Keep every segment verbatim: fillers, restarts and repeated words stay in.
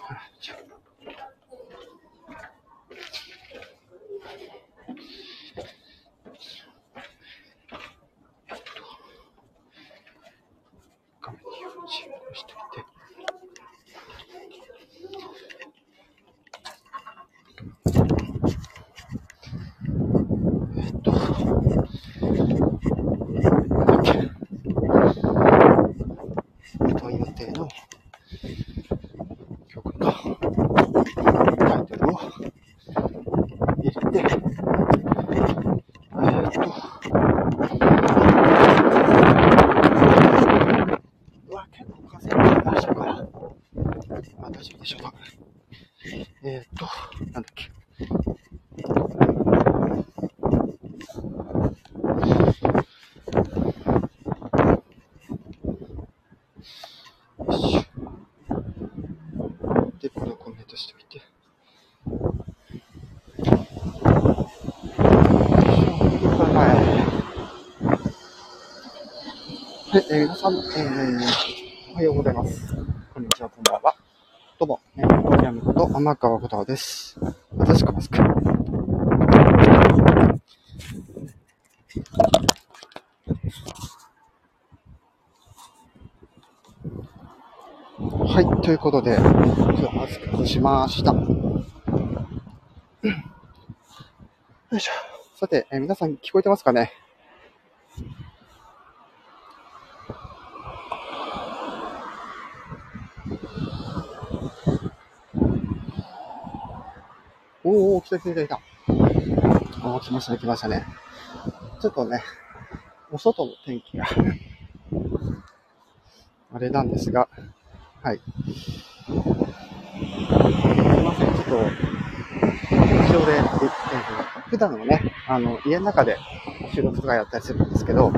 画面にチェックしていて、えっと、なんだっけ、と予定の曲か、タイトルを入れて、えっと、うわ、結構風が出したから、まあ大丈夫でしょうか。えっと、なんだっけ。で、これをコメントしておいて。はい、えー、皆さん、えー、おはようございます。こんにちは、こんばんは。どうも、えー、トリアムこと天川ことです。正しくマスク。はい、ということで、今日マスク外しました。よいしょ。さて、えー、皆さん聞こえてますかね？おー、来た来た来た来た。おー、来ましたね、来ましたね。ちょっとね、お外の天気があれなんですが、はい。すいません、ちょっと、一応で、えー、普段はね、あの、家の中で収録とかやったりするんですけど、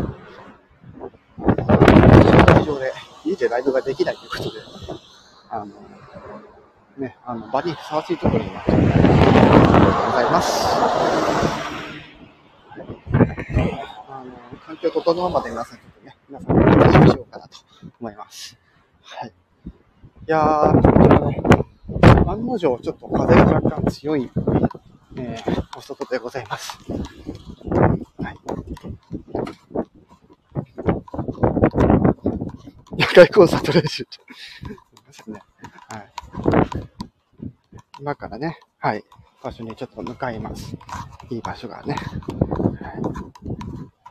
一応で、家でライブができないということで、あの、ね、あの、場にふさわしいところになっているので、ありがとうございます。あの、環境整うまで皆さんちょっとね、皆さんにお話をしようかなと思います。はい。いやー、ね、案の定ちょっと風が若干強い、えー、お外でございます。はい。野外コンサート練習中ですね。はい。今からね、はい、場所にちょっと向かいます。いい場所がね。はい、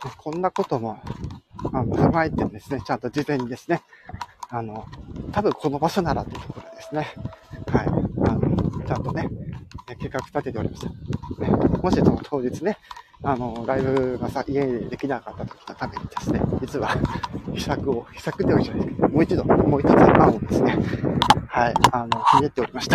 こんなことも、あの、踏まえてですね、ちゃんと事前にですね、あの、多分この場所ならっていうところですね。はい。あの、ちゃんとね、計画立てております。ね、もしその当日ね、あの、ライブがさ、家でできなかった時のためにですね、実は、秘策を、秘策ではじゃないですけど、もう一度、もう一つ案をですね、はい、あの、ひねっておりました。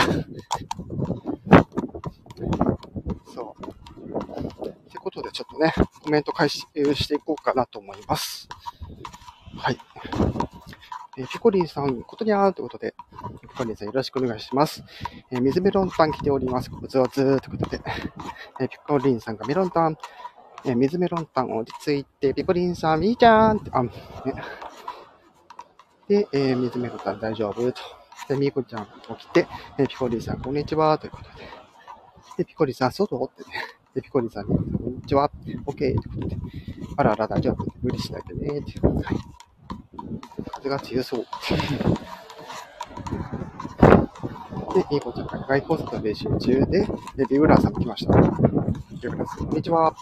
そう。ということで、ちょっとね、コメント開始していこうかなと思います。はい。えー、ピコリンさん、ことにゃーということで、ピコリンさんよろしくお願いします。えー、水メロンタン来ております。うつおつということで、えー、ピコリンさんがメロンタン、えー、水メロンタン落ち着いて、ピコリンさん、みーちゃんって、あ、ね、で、えー、水メロンタン大丈夫と。で、みーこちゃん起きて、えー、ピコリンさん、こんにちはということで、で、ピコリンさん、外ってね、で、ピコリンさんに、こんにちは、オッケーということで、あらあら大丈夫、無理しないでねって、はい。風が強そう。で、みーこちゃんが外交策の練習中で、で、ビブラーさんも来ました。ビブラーさん、こんにちは。はい。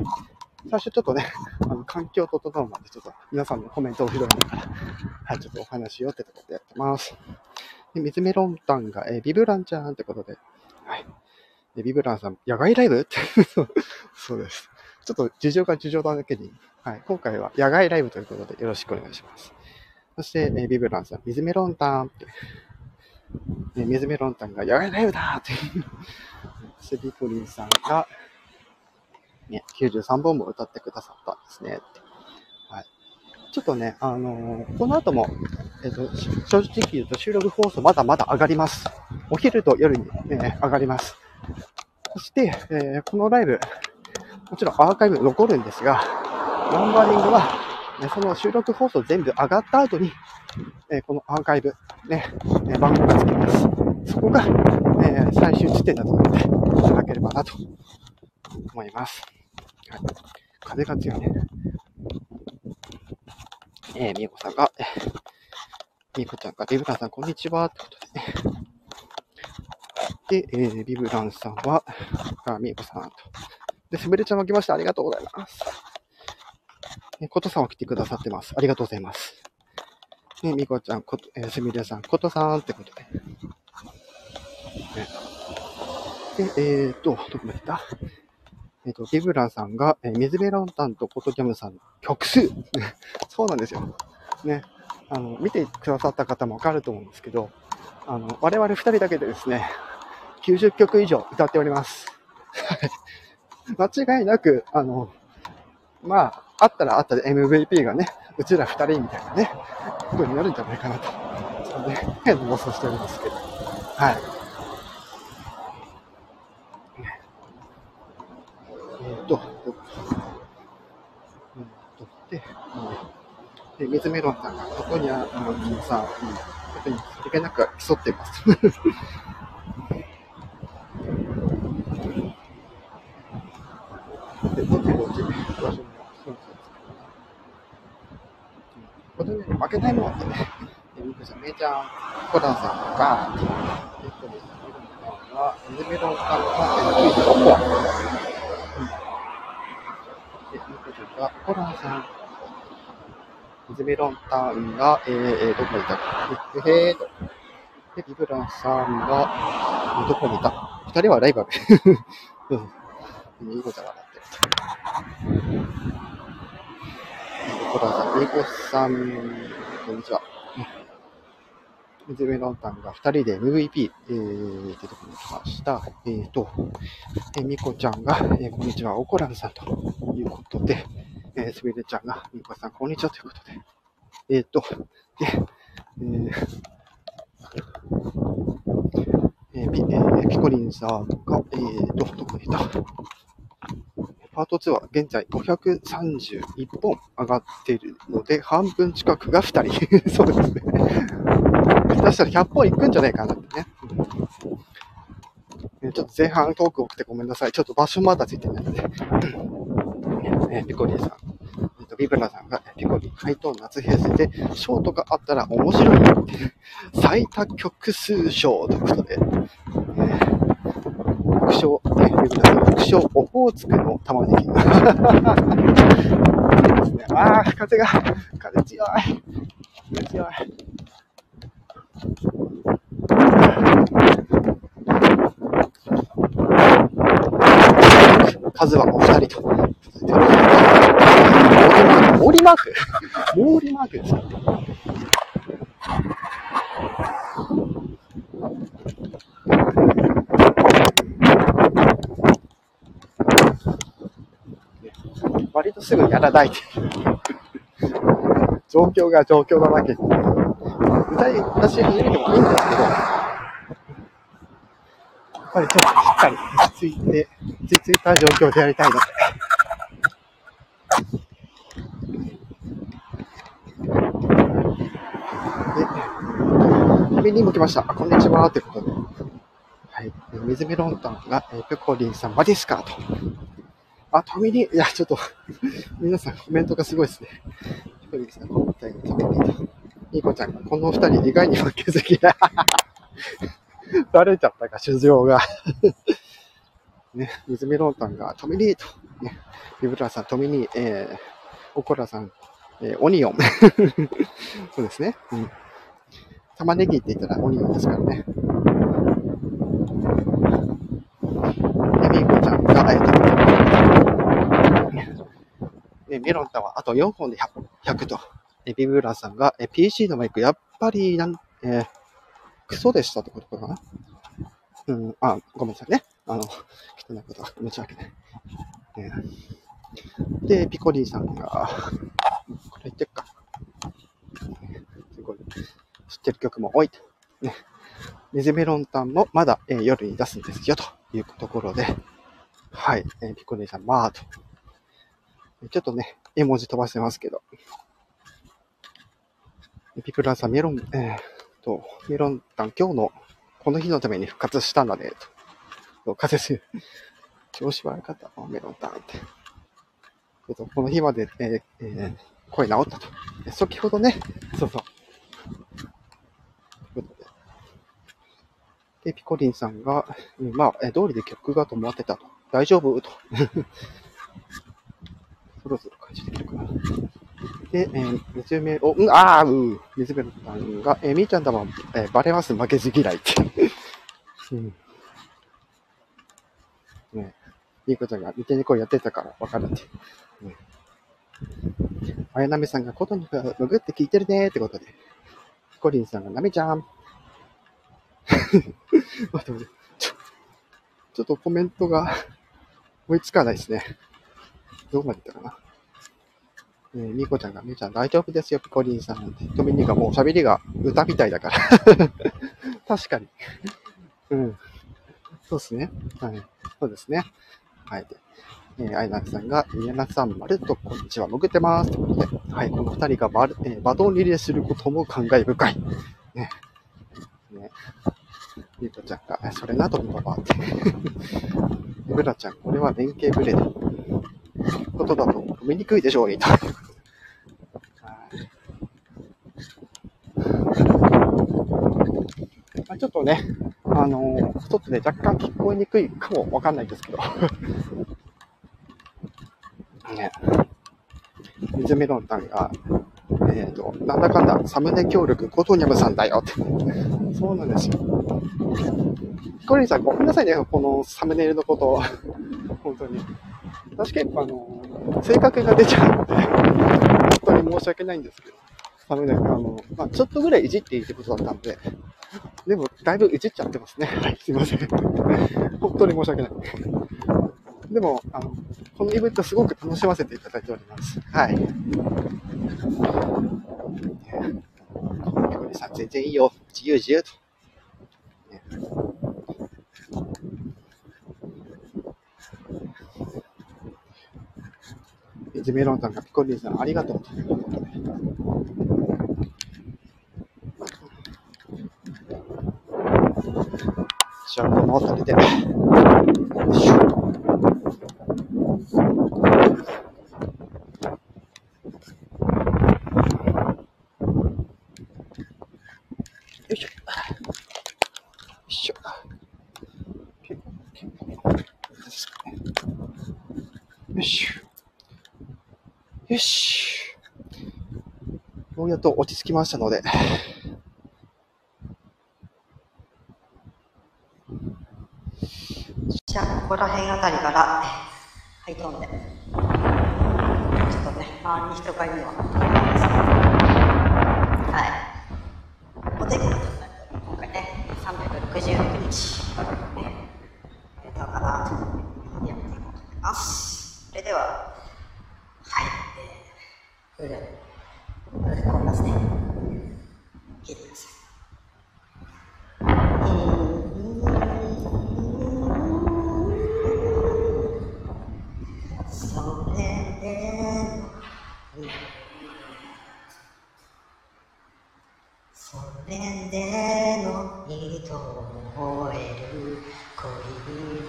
最初ちょっとね、あの環境整うまでちょっと皆さんのコメントを拾いながら、はい、ちょっとお話しようってところでやってます。で、水メロンタンが、えー、ビブランちゃんってことで、はい。で、ビブランさん、野外ライブってそうです。ちょっと事情が事情だけに、はい、今回は野外ライブということでよろしくお願いします。そして、えー、ビブランさん、水メロンタンって、ね、水メロンタンが野外ライブだってそしてビコリンさんが、ね、きゅうじゅうさんぼんも歌ってくださったんですねって。はい。ちょっとね、あのー、この後も、えっと、正直言うと収録放送まだまだ上がります。お昼と夜に、ね、上がります。そして、えー、このライブ、もちろんアーカイブ残るんですが、ナンバリングは、ね、その収録放送全部上がった後に、えー、このアーカイブ、ね、ね、番号がつきます。 そこが、えー、最終地点だと思っていただければなと思います。はい、風が強いね。えー、みーこさんが、えー、みーこちゃんが、ビブランさん、こんにちは。ってことで、ね、で、えー、ビブランさんは、あ、みーこさんと。で、すべるちゃんも来ました。ありがとうございます。ね、ことさんを来てくださってます。ありがとうございます。ね、みーこちゃん、こと、えー、すみれさん、ことさんってことで。ね、で、えーと、どこまで来たえっ、ー、と、ビブランさんが、えー、水メロンタンとコトキャムさんの曲数。そうなんですよ。ね。あの、見てくださった方もわかると思うんですけど、あの、我々二人だけでですね、きゅうじゅっきょく以上歌っております。間違いなく、あの、まあ、あったらあったで エムブイピー がね、うちら二人みたいなね、ことになるんじゃないかなと。そんな変な妄想しておりますけど。はい。えっ、ー、と、えっ、ー、と、で、で、水メロンさんが、ここには、あの、さ、うん、特にさりげなく競っています。で、ぼちぼち、私も、そうそう。これね、負けないもんってね、え、みくさん、めいちゃん、コランさんが、えっとですね、メロンさんは、水メロンさんが、えっと、きゅうじゅうろっぽん。うん。で、みくちゃんが、コランさん、水メロンタンが、えー、どこにいたか。へへーと。で、ビブランさんが、どこにいた二人はライバル。うん。いいことがなってる。コランさん、みこさん、こんにちは。水メロンタンがふたりで エムブイピー、えー、ってとこに来ました。えーと、えー、みこちゃんが、えー、こんにちは、おこらんさんということで、えー、すみれちゃんが、みこさん、こんにちはということで、えーと、で、えーえーピえー、ピコリンさんが、えーと、どこにいたパートツーは現在ごひゃくさんじゅういっぽん上がっているので、半分近くがふたり。そうですね。下手したらひゃっぽんいくんじゃないかなってね。ちょっと前半トーク多くてごめんなさい。ちょっと場所まだついてないので。えー、ピコリンさん。えっと、ビブラさんが、ピコリン、回答夏平成で、ショートがあったら面白い。最多曲数賞ということで、えー、副賞、ね、ビブラさん、副賞、オホーツクの玉ねぎ。いいですね。あー、風が、風強い。風強い。数はお二人と。モーリマークモーリマークですか割とすぐやらない状況が状況なわけで。歌い出し始めてもいいんですけど、やっぱりちょっとしっかり落ち着いて、落ち着いた状況でやりたいので。で、旅にも来ました。こんにちはということで。はい。水メロンタンが、えー、ペコリンさん、マジっすかと。あ、トミリいや、ちょっと、皆さんコメントがすごいですね。ペコリンさん、今回のトミリと。ニコちゃんが、この二人意外に負けず嫌い。バレちゃったか、主情が。ね、水メロンタンがトミリーと。ね、ビブラさん、トミニー、えー、オコラさん、えー、オニオン。そうですね。うん。玉ねぎって言ったらオニオンですからね。で、ミーコちゃんが、えっと、ね、メロンタンはあとよんほんで ひゃく, ひゃくと。え、ビブラさんが、え、ピーシー のマイク、やっぱりなん、えー、クソでしたってことかな。うん、あ、ごめんなさいね。あの、汚いことは申し訳ない。えー、で、ピコリーさんが、これ言ってっか。すごい。知ってる曲も多いと。ね。水メロンタンもまだ、えー、夜に出すんですよ、というところで。はい。えー、ピコリーさん、まあ、と。ちょっとね、絵文字飛ばしてますけど。ピクラーさん、メロン、えー、と、メロンタン、今日のこの日のために復活したんだね、と。風邪調子悪かったのメロンタンって。ちょっとこの日まで、えーえー、声治ったと。先ほどね、そうそう。ということで。で、ピコリンさんが、うん、まあ、えー、通りで曲が止まってたと。大丈夫と。そろそろ返してくるかな。で、えー、水目、お、うん、あー、うー、水目のさんが、えー、みーちゃんだもん、えー、バレます、負けず嫌いって。うん。ね、いいことが、見てにこうやってたから分かるって。ね、綾波さんが、ことにか潜って聞いてるねーってことで。ピコリンさんが、なめちゃん。待って待って。ちょ、ちょっとコメントが追いつかないですね。どこまでいったかな。えー、みこちゃんが、みーちゃん大丈夫ですよ、ピコリンさん。トミニがもう喋りが歌みたいだから。確かに。うん。そうですね。はい。そうですね。はい。えー、アイナさんが、宮中さん、まるっとこんにちは、潜ってます。ということで、はい。この二人がバル、えー、バトンリレーすることも感慨深い。ね。ね。みこちゃんが、それなと思うばって。ブラちゃん、これは連携ブレで。ことだと読みにくいでしょうにと。まあ、ちょっとね、あのー、ちょっとね、若干聞こえにくいかもわかんないですけど。ね、水メロンタンが、えっと、なんだかんだサムネ協力、コトニャムさんだよって。そうなんですよ。ヒコリンさん、ごめんなさいね、このサムネイルのことを。本当に。私結構あの、性格が出ちゃうので、本当に申し訳ないんですけど、サムネイル、あの、まあ、ちょっとぐらいいじっていいってことだったんで、でも、だいぶいじっちゃってますね。はい、すいません。本当に申し訳ない。でも、あの、このイベントすごく楽しませていただいております。はい。ヒコリンさん、全然いいよ。自由自由と。ね、水メロンさんがピコリンさん、ありがとうということで。じゃあ、この辺りで。よいしょ。よいしょ。よし。よし。ようやっと落ち着きましたので。 じゃあ、ここら辺あたりから、はい、飛んで。ちょっとね、周りに人がいるのは、はい。お手紙今回ね、さんびゃくろくじゅうくにち、ね、えっと、かな、やっていこうと思います。それでは、はい、えー、これで、これでこんなですね。聞いてください。それでそれでの人を終える恋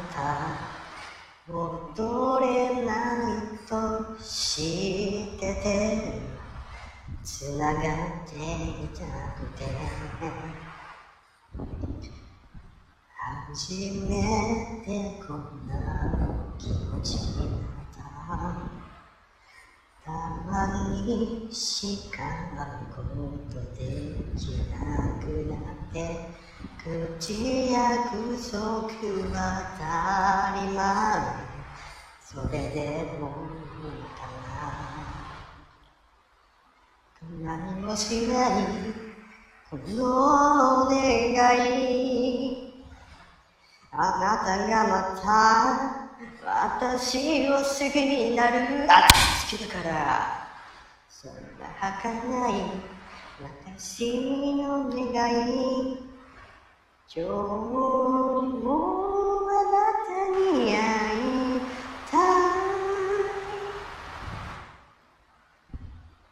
方戻れないと知っててつながっていたくて初めてこんな気持ちになったたまにしか会うことできなくなって口約束は当たり前それでもいいかな何もしないこの願いあなたがまた私を好きになるあ好きだからそんな儚い私の願い今日もあなたに会いたい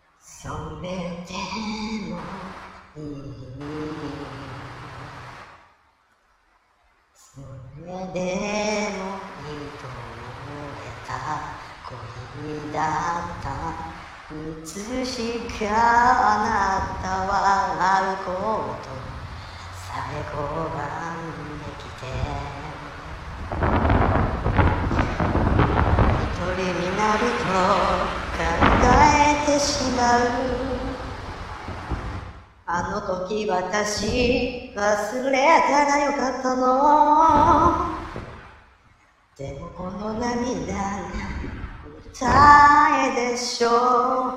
それでもいい目でも見とれた恋だったいつしかあなたは会うことさえ拒んできて一人になると考えてしまうあの時私忘れたらよかったのでもこの涙が答えでしょう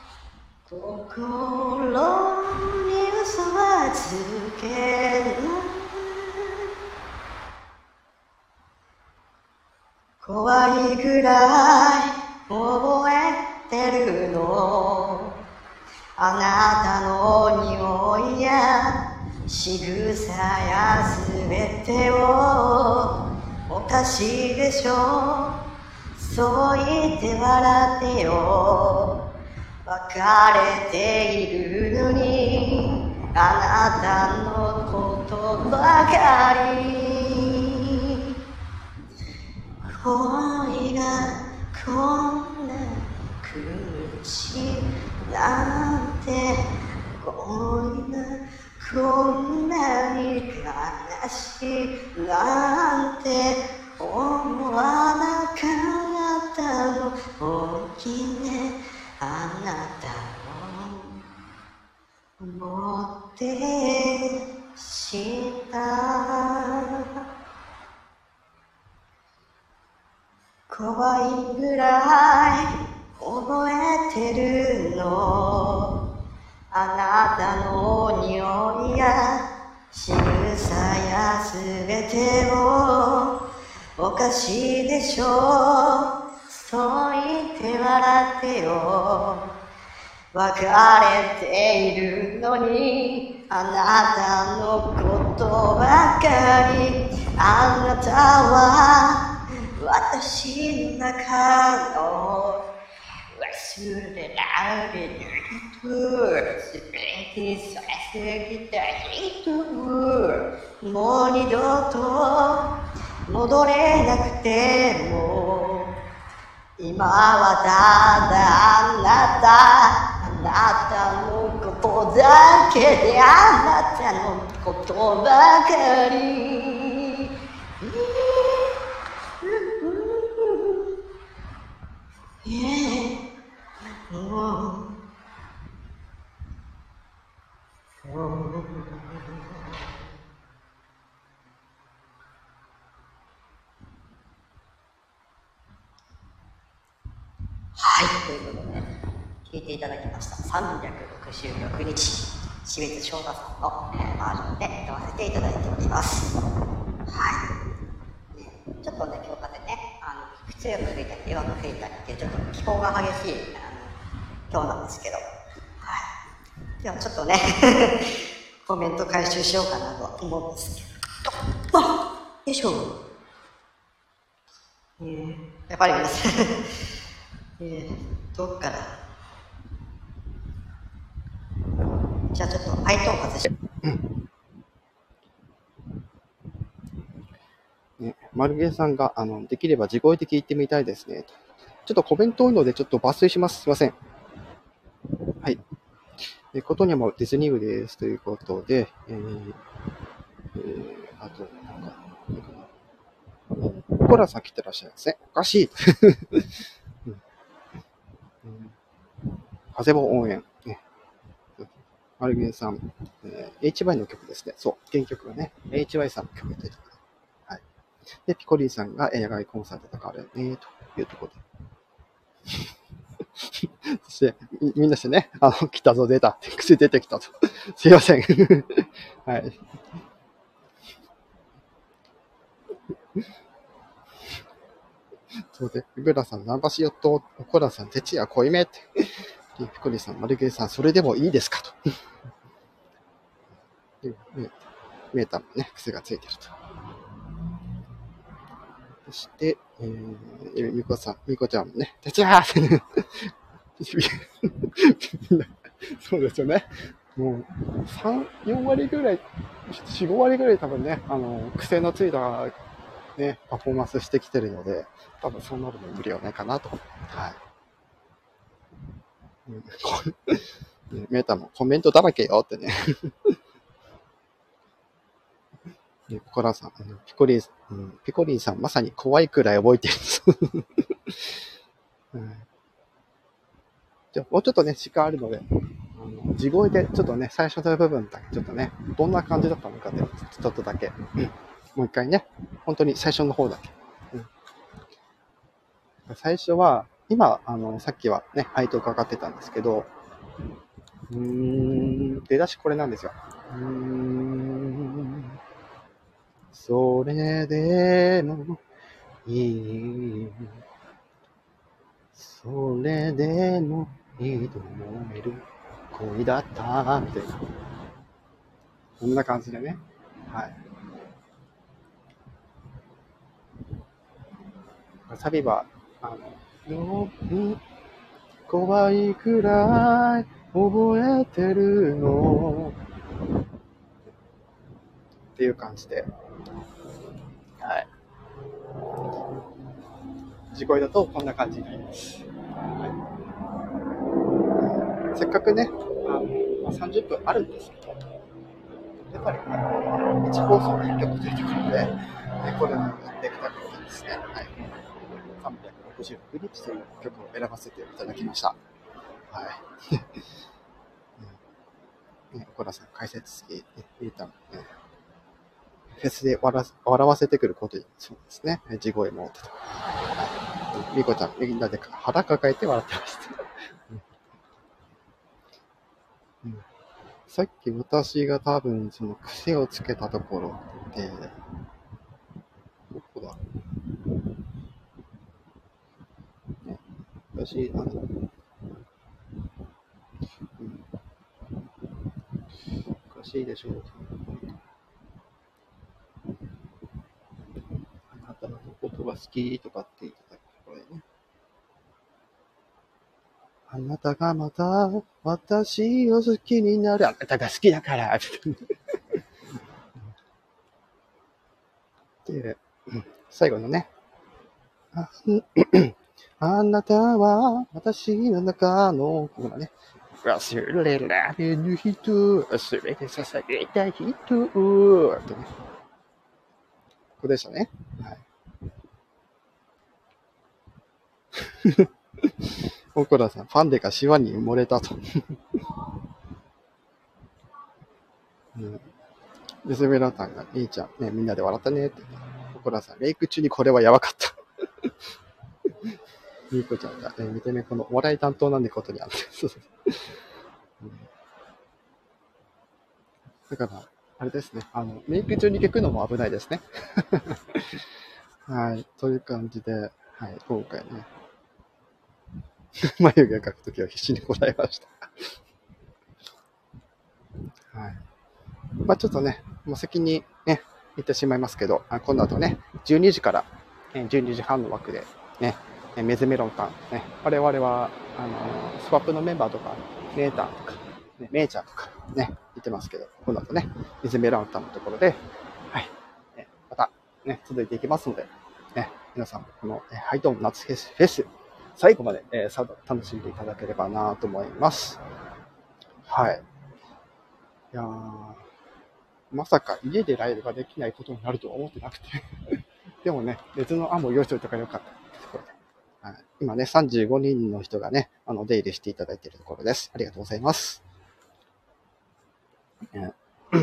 心に嘘はつけない怖いぐらい覚えてるのあなたの匂いや仕草やすべてをおかしいでしょそう言って笑ってよ別れているのにあなたのことばかり恋がこんな苦しいなんて恋がこんなに悲しいなんて思わなかったの本気であなたを思ってした怖いぐらい覚えてるのあなたの匂いや仕草やすべてをおかしいでしょそう言って笑ってよ別れているのにあなたのことばかりあなたは私の中の忘れられない人すべてさせてた人もう二度と戻れなくても今はただあなたあなたのことだけであなたのことばかりYeah. Oh. Oh. はい、ということで、聞いていただきました。さんびゃくろくじゅうろくにち、清水翔太さんの、えー、バージョンで歌わせていただいております。はい。ね、ちょっとね、今日風ね、あの普通よく吹いたり、弱く吹いたりっていう、ちょっと気候が激しいあの今日なんですけど、はい。ではちょっとね、コメント回収しようかなと思うんですけど、あよいしょ。えー、やっぱり皆さん、えー、どっからじゃあちょっとアイトーン外して、うんね、マルゲンさんがあのできれば地声で聞いてみたいですね。ちょっとコメント多いのでちょっと抜粋します。すいません。はい。でことにもディズニー部ですということで、えーえー、あとなんかコラさん来てらっしゃいますね。おかしい。うんうん、風も応援。ね、マルゲンさん、えー、エイチワイ の曲ですね。そう、原曲がね、エイチワイ さんの曲で、はい。で、ピコリーさんが野外コンサートとかあるね、というところで。そして、み, みんなしてね、あの、来たぞ、出た。口出てきたと。すいません。はい。そうで、グラさん、ナンバシヨット、コラさん、鉄や濃いめって。ピコリーさん、マルゲンさん、それでもいいですかと。メーターもね、癖がついてると。そして、えー、みこさん、みこちゃんもね、てちゃーってそうですよね。もう、さん、よんわりぐらい、よん、ごわりぐらい多分ね、あの、癖のついたね、パフォーマンスしてきてるので、多分そうなるの無理はないかなと。はい。うん、ね、メータもコメントだらけよってね。ね、ココラさん、あのピコリン、うん、ピコリンさんまさに怖いくらい覚えてるんです。うん、じゃあもうちょっとね、時間あるので、あの地声でちょっとね、最初の部分だけちょっとね、どんな感じだったのかで、ちょっとだけ、うん、もう一回ね、本当に最初の方だけ。うん、最初は、今、あの、さっきはね、配当かかってたんですけど、うーん、出だしこれなんですよ。うーん、それでもいい、それでもいいと思える恋だったみたいな、こんな感じでね。はい。サビは、あの、うん怖いくらい覚えてるのっていう感じで、はい。地声だとこんな感じになります。はい、せっかくね、あのまあ、さんじゅっぷんあるんですけど、やっぱり、ね、いち放送いっきょくというところで、ね、これをやっていきたくてですね、はい、さんびゃくろくじゅうろくにちという曲を選ばせていただきました。はい。ね、コラさん解説好き、ね、リータン、ね、フェスで笑わせてくることに、そうですね、地声もってと。はい。ミコちゃん、みんなで腹抱えて笑ってました。うん、さっき私が多分その癖をつけたところで、どこだ、ね、私、あの、うん、おかしいでしょう。あなたのことが好きとかって言ってたところでね。あなたがまた私を好きになる。あなたが好きだから。で、最後のね。ああなたは私の中の、ここがね。忘れられぬ人、すべて捧げた人、とね。ここでしたね。はい。オコラさん、ファンデがシワに埋もれたと。うん。で、スベラタンが、いいちゃん、ね、みんなで笑ったねって。オコラさん、メイク中にこれはやばかった。ミーコちゃんが、え見てね、このお笑い担当なんでことにあって。うん、だから、あれですね、あの、メイク中に聞くのも危ないですね。はい、という感じで、はい、今回ね、眉毛描くときは必死にこらえました。はい。まあちょっとね、もう先にね、言ってしまいますけど、あ今度あとね、じゅうにじから、じゅうにじはんの枠で、ね、メズメロンタン、ね、我々は、あのスワップのメンバーとか、メーターとか、ね、メーチャーとか、ね、言ってますけど、今度あとね、メズメロンタンのところで、はい、ね、また、ね、続いていきますので、ね、皆さん、この、えハイトーン夏フェス、フェス最後まで、えー、楽しんでいただければなと思います。はい。いやー、まさか家でライブができないことになるとは思ってなくてでもね、別の案も用意しておいたからよかったってところで。はい、今ね、さんじゅうごにんの人がね、あの、出入りしていただいているところです。ありがとうございます。ね、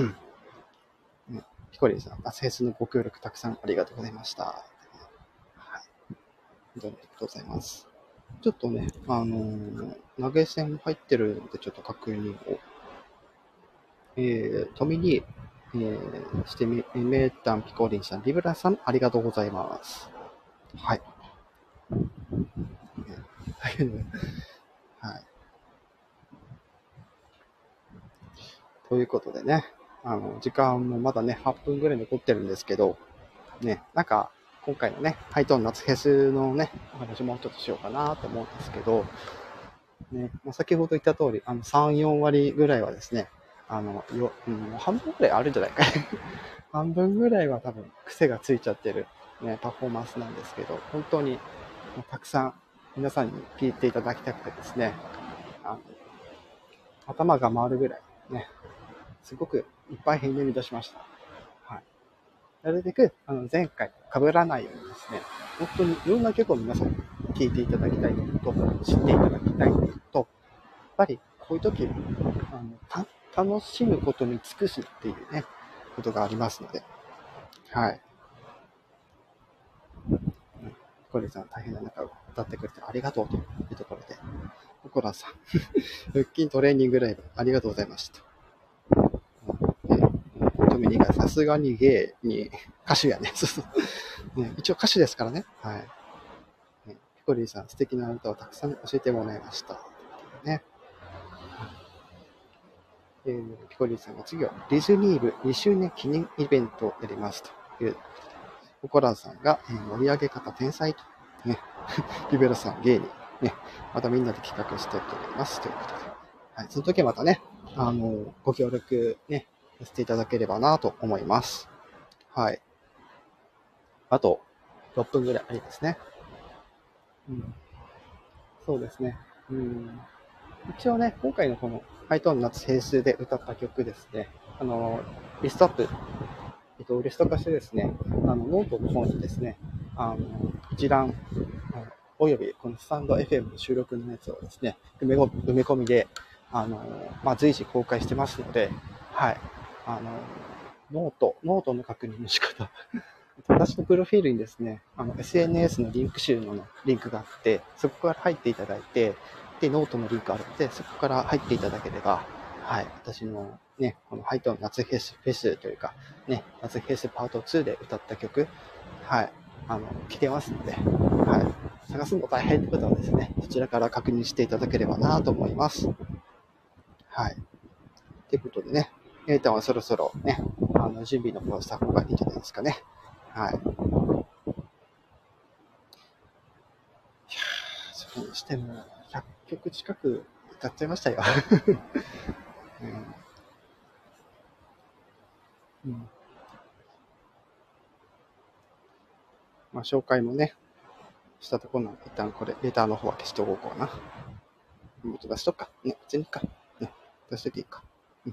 ピコリンさん、フェスのご協力たくさんありがとうございました。はい。本当にありがとうございます。ちょっとね、あのー、投げ銭入ってるので、ちょっと確認を。えー、富に、えー、してみ、メータン、ピコリンさん、リブラさん、ありがとうございます。はい。はい。ということでね、あの、時間もまだね、はっぷんぐらい残ってるんですけど、ね、なんか、今回のね、ハイトーン夏フェスのね、お話もちょっとしようかなと思うんですけど、ね、まあ、先ほど言った通り、あの、さん、よん割ぐらいはですね、あの、よ、うん、半分ぐらいあるんじゃないか半分ぐらいは多分癖がついちゃってるね、パフォーマンスなんですけど、本当にたくさん皆さんに聞いていただきたくてですね、あの頭が回るぐらいね、すごくいっぱい編入に出しました。はい。なるべくあの前回被らないようにですね、本当にいろんな曲を皆さんに聴いていただきたいと、知っていただきたいと、やっぱりこういう時あのた楽しむことに尽くすっていうね、ことがありますので、はい。コリさん大変な中歌ってくれてありがとうというところで、ココラさん、腹筋トレーニングライブありがとうございました。トミニがさすがにゲイに歌手やね。そうそう。ね、一応歌手ですからね。はい。ね、ピコリーさん、素敵な歌をたくさん教えてもらいました。ね。えー、ピコリーさんが次はディズニー部にしゅうねん記念イベントをやりますという。ココラさんが、えー、盛り上げ方天才と。ね。リベロさん、ゲイに。ね。またみんなで企画しておりますということで。はい。その時はまたね、あの、ご協力ね、していただければなと思います。はい。あと、ろっぷんぐらいありますね。うん。そうですね。うん。一応ね、今回のこの、ハイトーン夏平成で歌った曲ですね。あの、リストアップ、えっと、リスト化してですね、あの、ノートの方にですね、あの、一覧、およびこのスタンド エフエム の収録のやつをですね、埋め埋め込みで、あの、まあ、随時公開してますので、はい。あの、ノート、ノートの確認の仕方。私のプロフィールにですね、あの エスエヌエス のリンク集のリンクがあって、そこから入っていただいて、で、ノートのリンクあるので、そこから入っていただければ、はい、私のね、このハイトーン夏フェス、フェスというか、ね、夏フェスパートツーで歌った曲、はい、あの、来てますので、はい、探すの大変ってことはですね、そちらから確認していただければなと思います。はい。ということでね、エイタンはそろそろね、あの、準備の方をした方がいいんじゃないですかね。はい。それにしても、ひゃっきょく近く歌っちゃいましたよ。うんうん、まあ、紹介もね、したところなんで、一旦これ、レターの方は消しておこうかな。もっと出しとくか。ね、別にいいか。ね、出しといていいか。うん。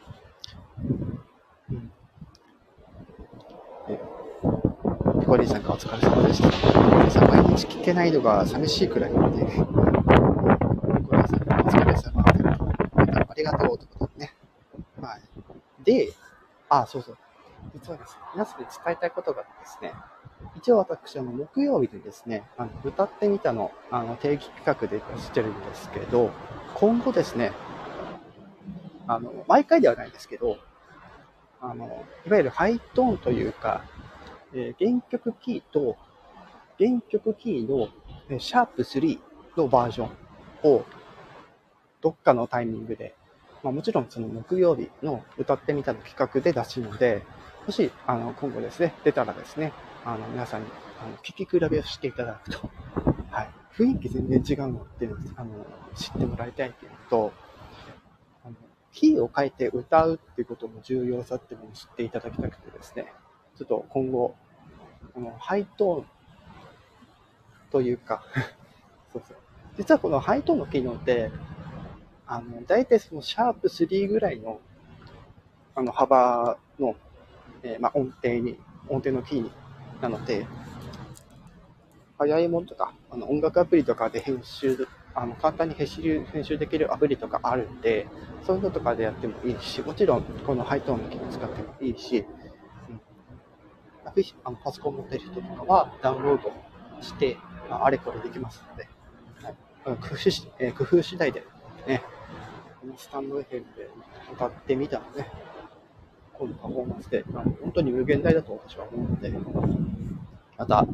うん。えピコリーさんがお疲れ様でした。ピコリーさん、毎日聞けないのが寂しいくらいで、ね、ピコリーさんがお疲れ様でありがとうということでね。はい。で、あ、そうそう。実はですね、皆さんに伝えたいことがですね、一応私、あの、木曜日にですね、あの、歌ってみたの、あの、定期企画でしてるんですけど、今後ですね、あの、毎回ではないんですけど、あの、いわゆるハイトーンというか、えー原曲キーと、原曲キーの、えーシャープスリーのバージョンを、どっかのタイミングで、まあ、もちろんその木曜日の歌ってみたの企画で出すので、もし、あの、今後ですね、出たらですね、あの、皆さんに、あの、聞き比べをしていただくと、はい。雰囲気全然違うのっていうのを、あの、知ってもらいたいっていうのと、あの、キーを変えて歌うっていうことの重要さっていうのを知っていただきたくてですね、ちょっと今後、このハイトーンというか、そうそう。実はこのハイトーンの機能って、あの、大体そのシャープスリーぐらいの、あの、幅の、えーまあ、音程に、音程のキーになので、早いものとか、あの音楽アプリとかで編集、あの簡単に編集編集できるアプリとかあるんで、そういうのとかでやってもいいし、もちろんこのハイトーンの機能使ってもいいし、うん、あのパソコン持ってる人とかはダウンロードして、あれこれできますので、はい、工夫し、えー工夫次第で、ね、このスタンド エフエム で歌ってみたらね、このパフォーマンスで、あの本当に無限大だと私は思うので、また、はい、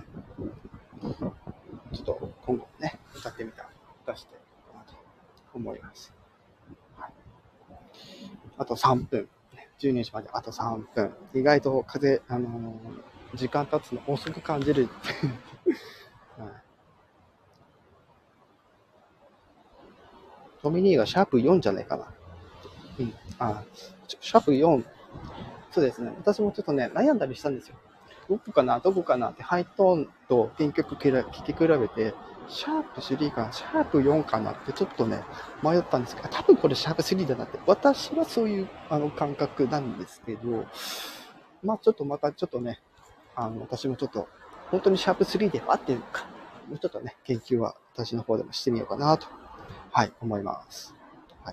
ちょっと今後ね、歌ってみたら出していこうかなと思います。はい、あとさんぷん。じゅうにじまであとさんぷん。意外と風、あのー、時間経つの遅く感じる。はい、トミニーがシャープよんじゃないかな。うん。あ、シャープよん。そうですね。私もちょっとね、悩んだりしたんですよ。 どこかな、どこかなって、ハイトーンと原曲聴き比べて、シャープスリーかな、シャープよんかなってちょっとね、迷ったんですけど、多分これシャープスリーだなって、私はそういうあの感覚なんですけど、まあちょっとまたちょっとね、あの私もちょっと、本当にシャープスリーで合ってるのか、もうちょっとね、研究は私の方でもしてみようかなと、はい、思います。はい。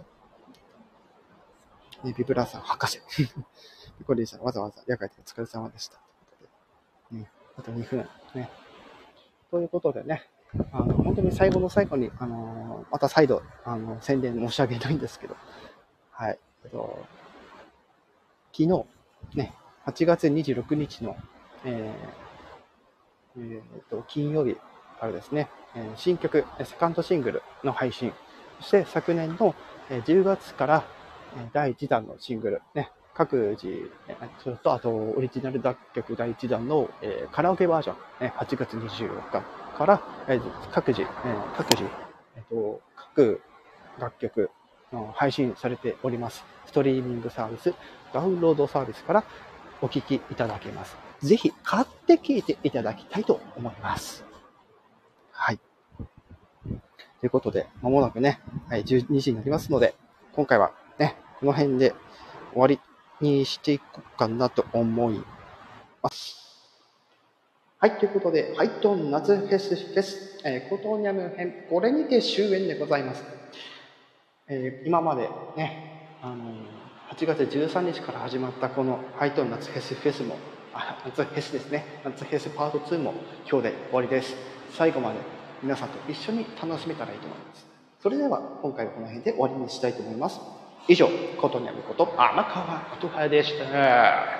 ビブラーさん博士。ピコリーさん、わざわざ夜会でお疲れ様でした。ね、あとにふん。ね。ということでね、あの本当に最後の最後に、あのまた再度あの宣伝申し上げたいんですけど、はい、えっと、昨日、ね、はちがつにじゅうろくにちの、えーえー、と金曜日からですね、新曲、セカンドシングルの配信、そして昨年のじゅうがつからだいいちだんのシングル、ね、各自、それとあとオリジナル楽曲だいいちだんの、えー、カラオケバージョン、はちがつにじゅうよっかから、えー、各自、えー、各自、えーと、各楽曲配信されております。ストリーミングサービス、ダウンロードサービスからお聴きいただけます。ぜひ買って聴いていただきたいと思います。はい。ということで、まもなくね、じゅうにじになりますので、今回はね、この辺で終わりにしていこうかなと思います。はい、ということで、ハイトーン夏フェスフェス、えー、コトーニャム編、これにて終演でございます。えー、今までね、あのー、はちがつじゅうさんにちから始まったこのハイトーン夏フェスフェスも、あ、夏フェスですね、夏フェスパートツーも今日で終わりです。最後まで皆さんと一緒に楽しめたらいいと思います。それでは今回はこの辺で終わりにしたいと思います。以上、コトニャムこと天川琴葉でした。